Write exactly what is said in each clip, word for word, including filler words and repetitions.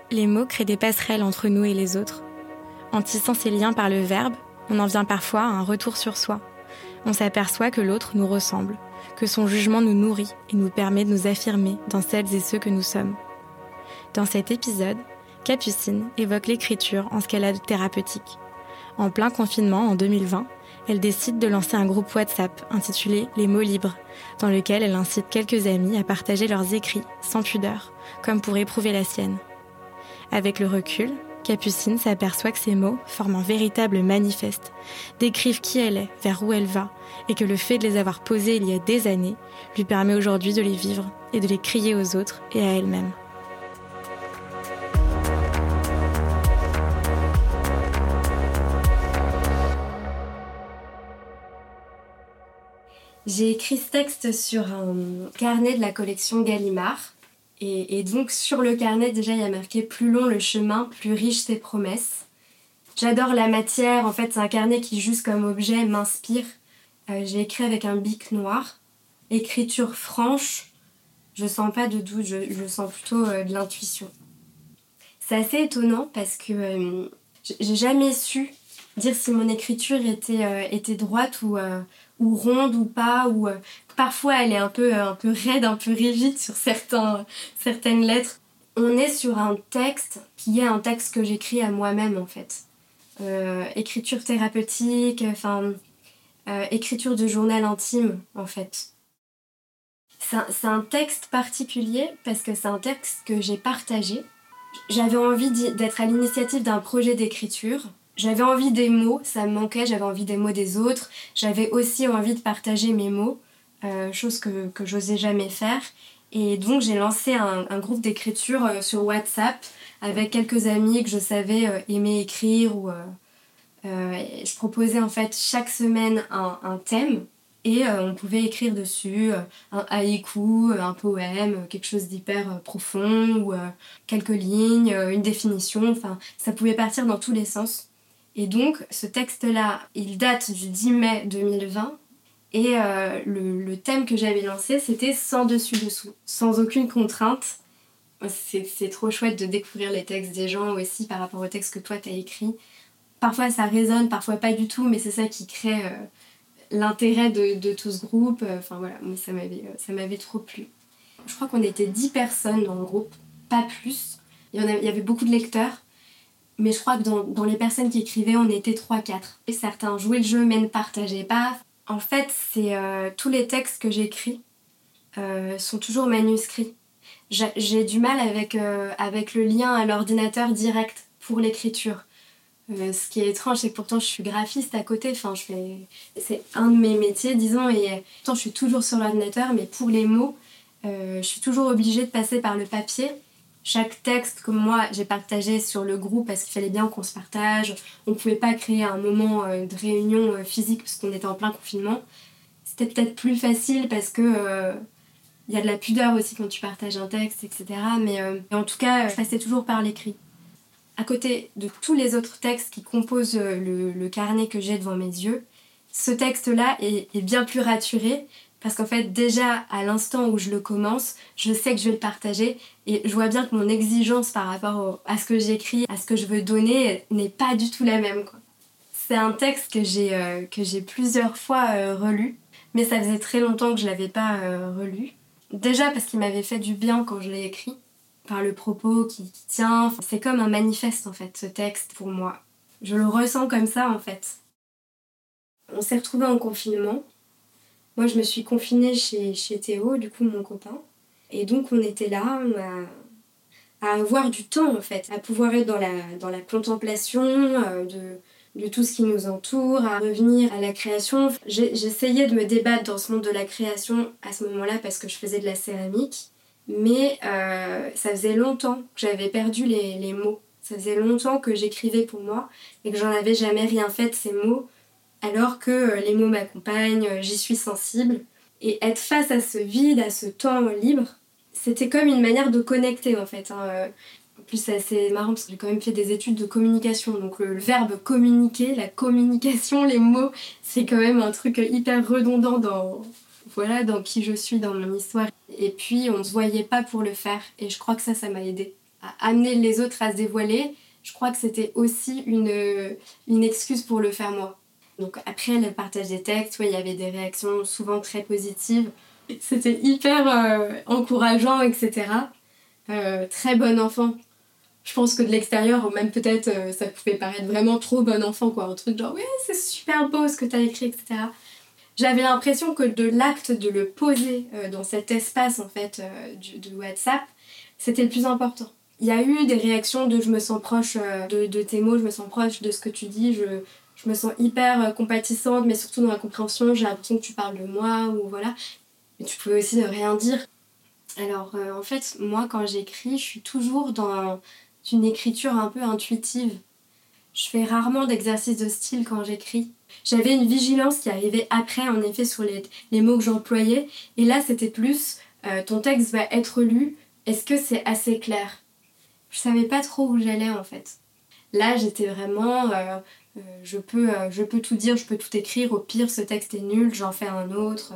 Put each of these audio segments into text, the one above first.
Les mots créent des passerelles entre nous et les autres. En tissant ces liens par le verbe, on en vient parfois à un retour sur soi. On s'aperçoit que l'autre nous ressemble, que son jugement nous nourrit et nous permet de nous affirmer dans celles et ceux que nous sommes. Dans cet épisode, Capucine évoque l'écriture en ce qu'elle a de thérapeutique. En plein confinement en deux mille vingt, elle décide de lancer un groupe WhatsApp intitulé « Les mots libres », dans lequel elle incite quelques amis à partager leurs écrits, sans pudeur, comme pour éprouver la sienne. Avec le recul, Capucine s'aperçoit que ces mots forment un véritable manifeste, décrivent qui elle est, vers où elle va, et que le fait de les avoir posés il y a des années lui permet aujourd'hui de les vivre et de les crier aux autres et à elle-même. J'ai écrit ce texte sur un carnet de la collection Gallimard. Et, et donc sur le carnet, déjà, il y a marqué « Plus long le chemin, plus riche ses promesses ». J'adore la matière, en fait, c'est un carnet qui, juste comme objet, m'inspire. Euh, j'ai écrit avec un bic noir. Écriture franche, je sens pas de doute, je, je sens plutôt euh, de l'intuition. C'est assez étonnant parce que euh, j'ai jamais su dire si mon écriture était, euh, était droite ou, euh, ou ronde ou pas, ou euh, parfois elle est un peu, euh, un peu raide, un peu rigide sur certains, certaines lettres. On est sur un texte qui est un texte que j'écris à moi-même en fait. Euh, écriture thérapeutique, enfin euh, écriture de journal intime en fait. C'est un, c'est un texte particulier parce que c'est un texte que j'ai partagé. J'avais envie d'être à l'initiative d'un projet d'écriture. J'avais envie des mots, ça me manquait, j'avais envie des mots des autres. J'avais aussi envie de partager mes mots, euh, chose que, que j'osais jamais faire. Et donc j'ai lancé un, un groupe d'écriture euh, sur WhatsApp avec quelques amis que je savais euh, aimer écrire. Ou, euh, euh, je proposais en fait chaque semaine un, un thème et euh, on pouvait écrire dessus euh, un haïku, un poème, quelque chose d'hyper euh, profond ou euh, quelques lignes, euh, une définition. Enfin, ça pouvait partir dans tous les sens. Et donc, ce texte-là, il date du dix mai deux mille vingt et euh, le, le thème que j'avais lancé, c'était sans dessus-dessous, sans aucune contrainte. C'est, c'est trop chouette de découvrir les textes des gens aussi par rapport aux textes que toi t'as écrits. Parfois ça résonne, parfois pas du tout, mais c'est ça qui crée euh, l'intérêt de, de tout ce groupe. Enfin voilà, moi ça m'avait, ça m'avait trop plu. Je crois qu'on était dix personnes dans le groupe, pas plus. Il y, en avait, il y avait beaucoup de lecteurs. Mais je crois que dans, dans les personnes qui écrivaient, on était trois quatre. Et certains jouaient le jeu mais ne partageaient pas. En fait, c'est euh, tous les textes que j'écris euh, sont toujours manuscrits. J'ai, j'ai du mal avec, euh, avec le lien à l'ordinateur direct pour l'écriture. Euh, ce qui est étrange, c'est que pourtant je suis graphiste à côté. Enfin, je fais... C'est un de mes métiers, disons. Et pourtant, je suis toujours sur l'ordinateur, mais pour les mots, euh, je suis toujours obligée de passer par le papier. Chaque texte que moi j'ai partagé sur le groupe parce qu'il fallait bien qu'on se partage, on ne pouvait pas créer un moment de réunion physique parce qu'on était en plein confinement. C'était peut-être plus facile parce que euh, y a de la pudeur aussi quand tu partages un texte, et cetera. Mais euh, en tout cas, je passais toujours par l'écrit. À côté de tous les autres textes qui composent le, le carnet que j'ai devant mes yeux, ce texte-là est, est bien plus raturé. Parce qu'en fait, déjà, à l'instant où je le commence, je sais que je vais le partager et je vois bien que mon exigence par rapport au, à ce que j'écris, à ce que je veux donner, n'est pas du tout la même, quoi. C'est un texte que j'ai, euh, que j'ai plusieurs fois euh, relu, mais ça faisait très longtemps que je ne l'avais pas euh, relu. Déjà parce qu'il m'avait fait du bien quand je l'ai écrit, par le propos qui, qui tient. C'est comme un manifeste, en fait, ce texte, pour moi. Je le ressens comme ça, en fait. On s'est retrouvés en confinement. Moi, je me suis confinée chez, chez Théo, du coup, mon copain. Et donc, on était là à, à avoir du temps, en fait, à pouvoir être dans la, dans la contemplation euh, de, de tout ce qui nous entoure, à revenir à la création. J'ai, j'essayais de me débattre dans ce monde de la création à ce moment-là parce que je faisais de la céramique. Mais euh, ça faisait longtemps que j'avais perdu les, les mots. Ça faisait longtemps que j'écrivais pour moi et que j'en avais jamais rien fait de ces mots. Alors que les mots m'accompagnent, j'y suis sensible. Et être face à ce vide, à ce temps libre, c'était comme une manière de connecter en fait. Hein. En plus c'est assez marrant parce que j'ai quand même fait des études de communication. Donc le verbe communiquer, la communication, les mots, c'est quand même un truc hyper redondant dans, voilà, dans qui je suis, dans mon histoire. Et puis on ne se voyait pas pour le faire. Et je crois que ça, ça m'a aidée à amener les autres à se dévoiler, je crois que c'était aussi une, une excuse pour le faire moi. Donc après le partage des textes, ouais, il y avait des réactions souvent très positives. C'était hyper euh, encourageant, et cetera. Euh, très bon enfant. Je pense que de l'extérieur, même peut-être, euh, ça pouvait paraître vraiment trop bon enfant, quoi. Un truc genre, ouais, c'est super beau ce que t'as écrit, et cetera. J'avais l'impression que de l'acte de le poser euh, dans cet espace, en fait, euh, du, de WhatsApp, c'était le plus important. Il y a eu des réactions de je me sens proche euh, de, de tes mots, je me sens proche de ce que tu dis, je, je me sens hyper euh, compatissante, mais surtout dans la compréhension, j'ai l'impression que tu parles de moi, ou voilà. Mais tu pouvais aussi ne rien dire. Alors, euh, en fait, moi, quand j'écris, je suis toujours dans une écriture un peu intuitive. Je fais rarement d'exercice de style quand j'écris. J'avais une vigilance qui arrivait après, en effet, sur les, les mots que j'employais. Et là, c'était plus, euh, ton texte va être lu, est-ce que c'est assez clair ? Je savais pas trop où j'allais, en fait. Là, j'étais vraiment, euh, euh, je peux, euh, je peux tout dire, je peux tout écrire. Au pire, ce texte est nul, j'en fais un autre.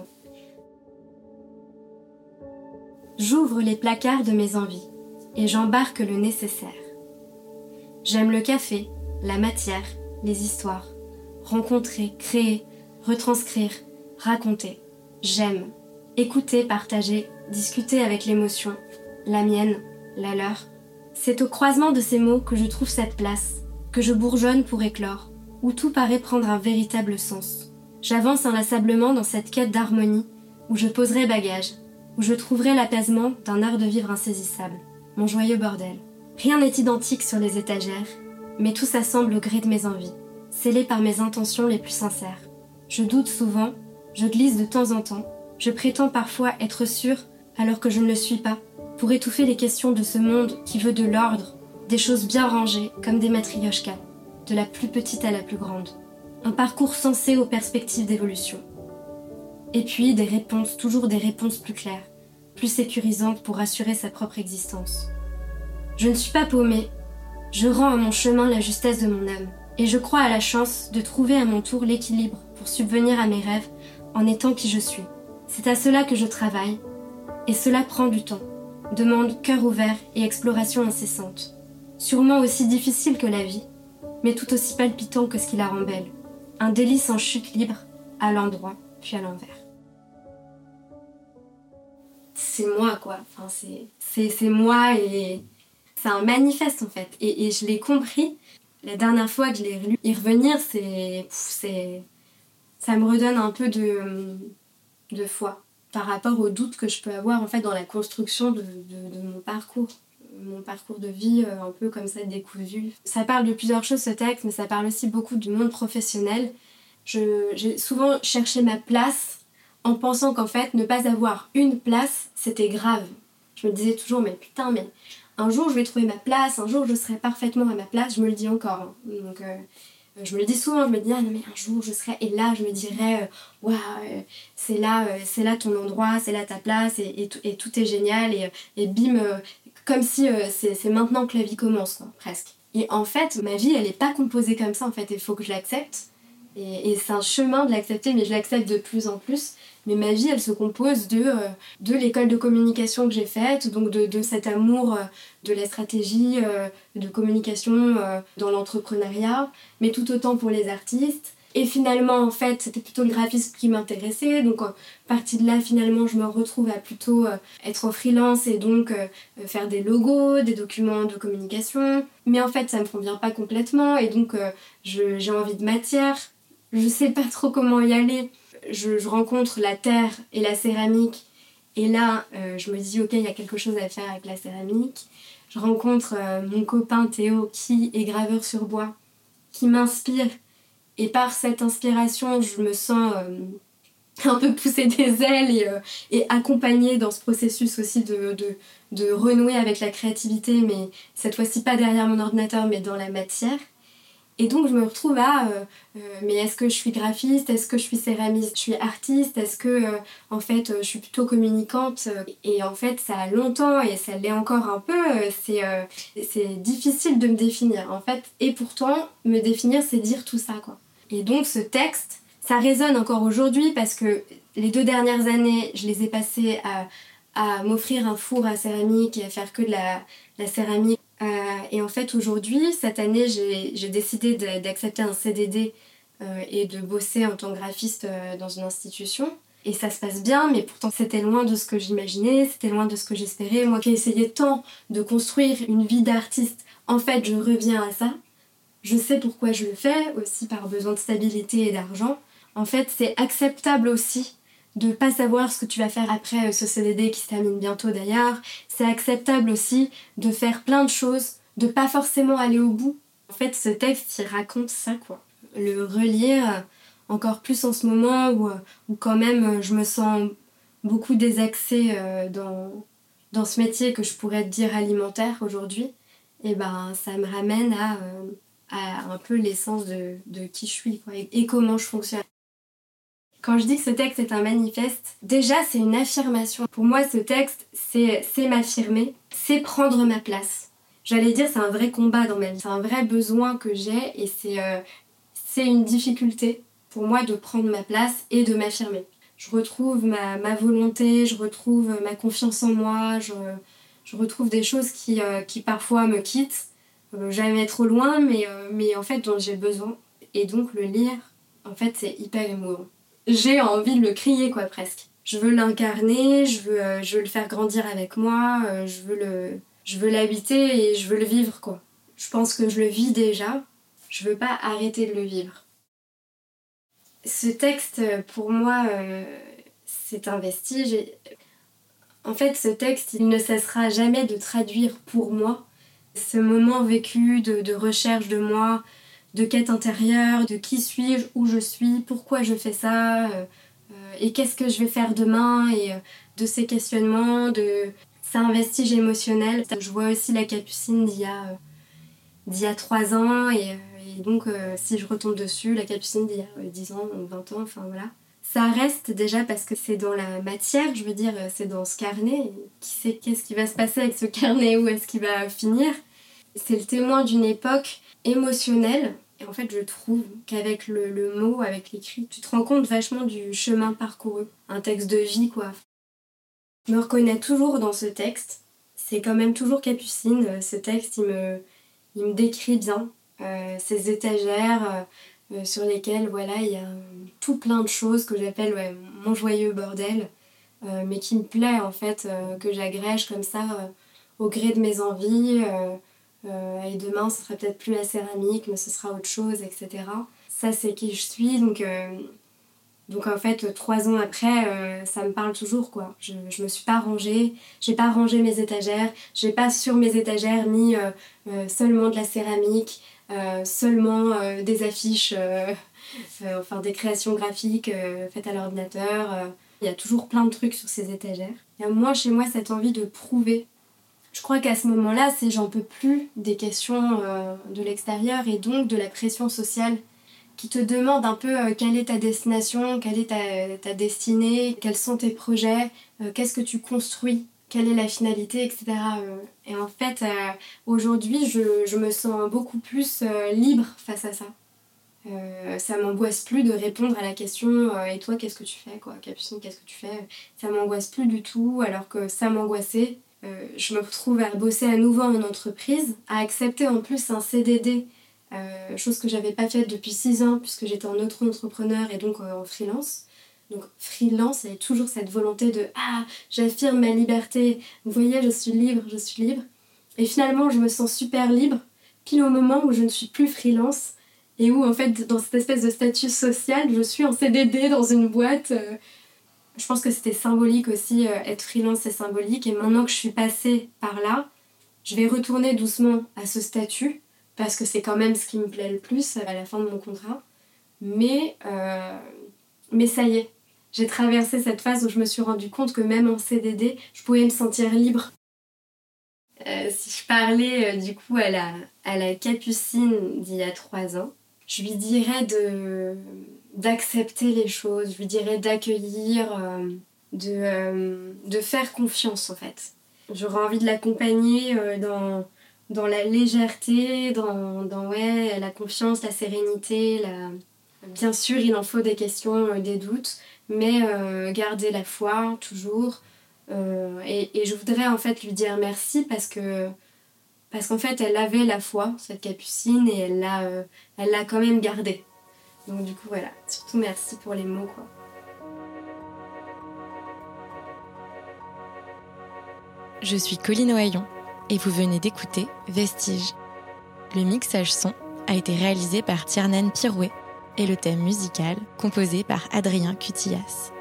J'ouvre les placards de mes envies et j'embarque le nécessaire. J'aime le café, la matière, les histoires. Rencontrer, créer, retranscrire, raconter. J'aime. Écouter, partager, discuter avec l'émotion. La mienne, la leur. C'est au croisement de ces mots que je trouve cette place, que je bourgeonne pour éclore, où tout paraît prendre un véritable sens. J'avance inlassablement dans cette quête d'harmonie, où je poserai bagage, où je trouverai l'apaisement d'un art de vivre insaisissable. Mon joyeux bordel. Rien n'est identique sur les étagères, mais tout s'assemble au gré de mes envies, scellé par mes intentions les plus sincères. Je doute souvent, je glisse de temps en temps, je prétends parfois être sûre alors que je ne le suis pas, pour étouffer les questions de ce monde qui veut de l'ordre, des choses bien rangées comme des matrioshkas, de la plus petite à la plus grande. Un parcours sensé aux perspectives d'évolution. Et puis des réponses, toujours des réponses plus claires, plus sécurisantes pour assurer sa propre existence. Je ne suis pas paumée, je rends à mon chemin la justesse de mon âme, et je crois à la chance de trouver à mon tour l'équilibre pour subvenir à mes rêves en étant qui je suis. C'est à cela que je travaille, et cela prend du temps, demande cœur ouvert et exploration incessante. Sûrement aussi difficile que la vie, mais tout aussi palpitant que ce qui la rend belle. Un délice en chute libre, à l'endroit, puis à l'envers. C'est moi, quoi. Enfin, c'est, c'est, c'est moi et c'est un manifeste, en fait. Et, et je l'ai compris. La dernière fois que je l'ai relu, y revenir, c'est, c'est, ça me redonne un peu de, de foi par rapport aux doutes que je peux avoir, en fait, dans la construction de, de, de mon parcours. Mon parcours de vie, euh, un peu comme ça, décousu. Ça parle de plusieurs choses, ce texte, mais ça parle aussi beaucoup du monde professionnel. Je, j'ai souvent cherché ma place en pensant qu'en fait, ne pas avoir une place, c'était grave. Je me disais toujours, mais putain, mais un jour je vais trouver ma place, un jour je serai parfaitement à ma place, je me le dis encore. Hein. Donc, euh, je me le dis souvent, je me dis, ah non, mais un jour je serai, et là je me dirais, waouh, wow, c'est là, euh, c'est là ton endroit, c'est là ta place, et, et, et tout est génial, et, et bim, euh, comme si euh, c'est, c'est maintenant que la vie commence, quoi, presque. Et en fait, ma vie, elle est pas composée comme ça, en fait, il faut que je l'accepte. Et, et c'est un chemin de l'accepter, mais je l'accepte de plus en plus. Mais ma vie, elle se compose de, euh, de l'école de communication que j'ai faite, donc de, de cet amour euh, de la stratégie, euh, de communication euh, dans l'entrepreneuriat, mais tout autant pour les artistes. Et finalement, en fait, c'était plutôt le graphisme qui m'intéressait. Donc, à partir de là, finalement, je me retrouve à plutôt euh, être en freelance et donc euh, faire des logos, des documents de communication. Mais en fait, ça me convient pas complètement et donc euh, je, j'ai envie de matière. Je sais pas trop comment y aller. Je, je rencontre la terre et la céramique. Et là, euh, je me dis, ok, il y a quelque chose à faire avec la céramique. Je rencontre euh, mon copain Théo qui est graveur sur bois, qui m'inspire. Et par cette inspiration, je me sens euh, un peu pousser des ailes et, euh, et accompagnée dans ce processus aussi de, de, de renouer avec la créativité, mais cette fois-ci pas derrière mon ordinateur, mais dans la matière. Et donc je me retrouve à, euh, euh, mais est-ce que je suis graphiste, est-ce que je suis céramiste, je suis artiste, est-ce que euh, en fait je suis plutôt communicante. Et en fait ça a longtemps, et ça l'est encore un peu, c'est, euh, c'est difficile de me définir en fait. Et pourtant, me définir c'est dire tout ça, quoi. Et donc ce texte, ça résonne encore aujourd'hui parce que les deux dernières années, je les ai passées à, à m'offrir un four à céramique et à faire que de la, la céramique. Euh, et en fait, aujourd'hui, cette année, j'ai, j'ai décidé de, d'accepter un C D D euh, et de bosser en tant que graphiste euh, dans une institution. Et ça se passe bien, mais pourtant c'était loin de ce que j'imaginais, c'était loin de ce que j'espérais. Moi qui essayais tant de construire une vie d'artiste, en fait, je reviens à ça. Je sais pourquoi je le fais, aussi par besoin de stabilité et d'argent. En fait, c'est acceptable aussi de ne pas savoir ce que tu vas faire après ce C D D qui se termine bientôt d'ailleurs. C'est acceptable aussi de faire plein de choses, de pas forcément aller au bout. En fait, ce texte, il raconte ça, quoi. Le relire, encore plus en ce moment où, où quand même je me sens beaucoup désaxée dans, dans ce métier que je pourrais dire alimentaire aujourd'hui, et ben ça me ramène à... à un peu l'essence de, de qui je suis, quoi, et, et comment je fonctionne. Quand je dis que ce texte est un manifeste, déjà c'est une affirmation. Pour moi, ce texte, c'est, c'est m'affirmer, c'est prendre ma place. J'allais dire, c'est un vrai combat dans ma vie, c'est un vrai besoin que j'ai, et c'est, euh, c'est une difficulté pour moi de prendre ma place et de m'affirmer. Je retrouve ma, ma volonté, je retrouve ma confiance en moi, je, je retrouve des choses qui, euh, qui parfois me quittent. Euh, jamais trop loin, mais, euh, mais en fait dont j'ai besoin. Et donc le lire, en fait, c'est hyper émouvant. J'ai envie de le crier, quoi, presque. Je veux l'incarner, je veux, euh, je veux le faire grandir avec moi, euh, je veux le, je veux l'habiter et je veux le vivre, quoi. Je pense que je le vis déjà, je veux pas arrêter de le vivre. Ce texte, pour moi, euh, c'est un vestige. Et... En fait, ce texte, il ne cessera jamais de traduire pour moi ce moment vécu de, de recherche de moi, de quête intérieure, de qui suis-je, où je suis, pourquoi je fais ça, euh, euh, et qu'est-ce que je vais faire demain, et euh, de ces questionnements, de... c'est un vestige émotionnel. Je vois aussi la Capucine d'il y a, euh, d'il y a trois ans, et, euh, et donc euh, si je retombe dessus, la Capucine d'il y a euh, dix ans ou vingt ans, enfin voilà. Ça reste déjà parce que c'est dans la matière, je veux dire, c'est dans ce carnet. Qui sait qu'est-ce qui va se passer avec ce carnet, où est-ce qu'il va finir? C'est le témoin d'une époque émotionnelle. Et en fait, je trouve qu'avec le, le mot, avec l'écrit, tu te rends compte vachement du chemin parcouru. Un texte de vie, quoi. Je me reconnais toujours dans ce texte. C'est quand même toujours Capucine. Ce texte, il me, il me décrit bien. Euh, ces étagères... Euh, sur lesquels voilà, il y a tout plein de choses que j'appelle ouais, mon joyeux bordel, euh, mais qui me plaît en fait, euh, que j'agrège comme ça euh, au gré de mes envies. Euh, euh, et demain, ce sera peut-être plus la céramique, mais ce sera autre chose, et cetera. Ça, c'est qui je suis, donc, euh, donc en fait, trois ans après, euh, ça me parle toujours, quoi. Je, je me suis pas rangée, j'ai pas rangé mes étagères, j'ai pas sur mes étagères mis euh, euh, seulement de la céramique, Euh, seulement euh, des affiches, euh, euh, enfin des créations graphiques euh, faites à l'ordinateur. Euh. Il y a toujours plein de trucs sur ces étagères. Il y a moins chez moi cette envie de prouver. Je crois qu'à ce moment-là, c'est j'en peux plus des questions euh, de l'extérieur et donc de la pression sociale qui te demande un peu euh, quelle est ta destination, quelle est ta, ta destinée, quels sont tes projets, euh, qu'est-ce que tu construis, quelle est la finalité, et cetera. Et en fait, euh, aujourd'hui, je, je me sens beaucoup plus euh, libre face à ça. Euh, ça m'angoisse plus de répondre à la question euh, « Et toi, qu'est-ce que tu fais, quoi, Capucine, qu'est-ce que tu fais ?» Ça m'angoisse plus du tout, alors que ça m'angoissait. Euh, je me retrouve à bosser à nouveau en entreprise, à accepter en plus un C D D, euh, chose que j'avais pas faite depuis six ans, puisque j'étais en auto-entrepreneur et donc euh, en freelance. Donc freelance, il y avait toujours cette volonté de « Ah, j'affirme ma liberté, vous voyez, je suis libre, je suis libre ». Et finalement, je me sens super libre, pile au moment où je ne suis plus freelance, et où en fait, dans cette espèce de statut social, je suis en C D D dans une boîte. Euh, je pense que c'était symbolique aussi, euh, être freelance c'est symbolique, et maintenant que je suis passée par là, je vais retourner doucement à ce statut, parce que c'est quand même ce qui me plaît le plus à la fin de mon contrat. Mais, euh, mais ça y est. J'ai traversé cette phase où je me suis rendu compte que même en C D D, je pouvais me sentir libre. Euh, si je parlais euh, du coup à la, à la Capucine d'il y a trois ans, je lui dirais de, d'accepter les choses, je lui dirais d'accueillir, euh, de, euh, de faire confiance en fait. J'aurais envie de l'accompagner euh, dans, dans la légèreté, dans, dans ouais, la confiance, la sérénité. La... Bien sûr, il en faut des questions, euh, des doutes, mais euh, garder la foi toujours, Euh, et, et je voudrais en fait lui dire merci parce que parce qu'en fait elle avait la foi, cette Capucine, et elle l'a euh, elle l'a quand même gardée. Donc du coup voilà, surtout merci pour les mots quoi. Je suis Colline Ohaillon et vous venez d'écouter Vestiges. Le mixage son a été réalisé par Tiernan Pirouet et le thème musical composé par Adrien Cutillas.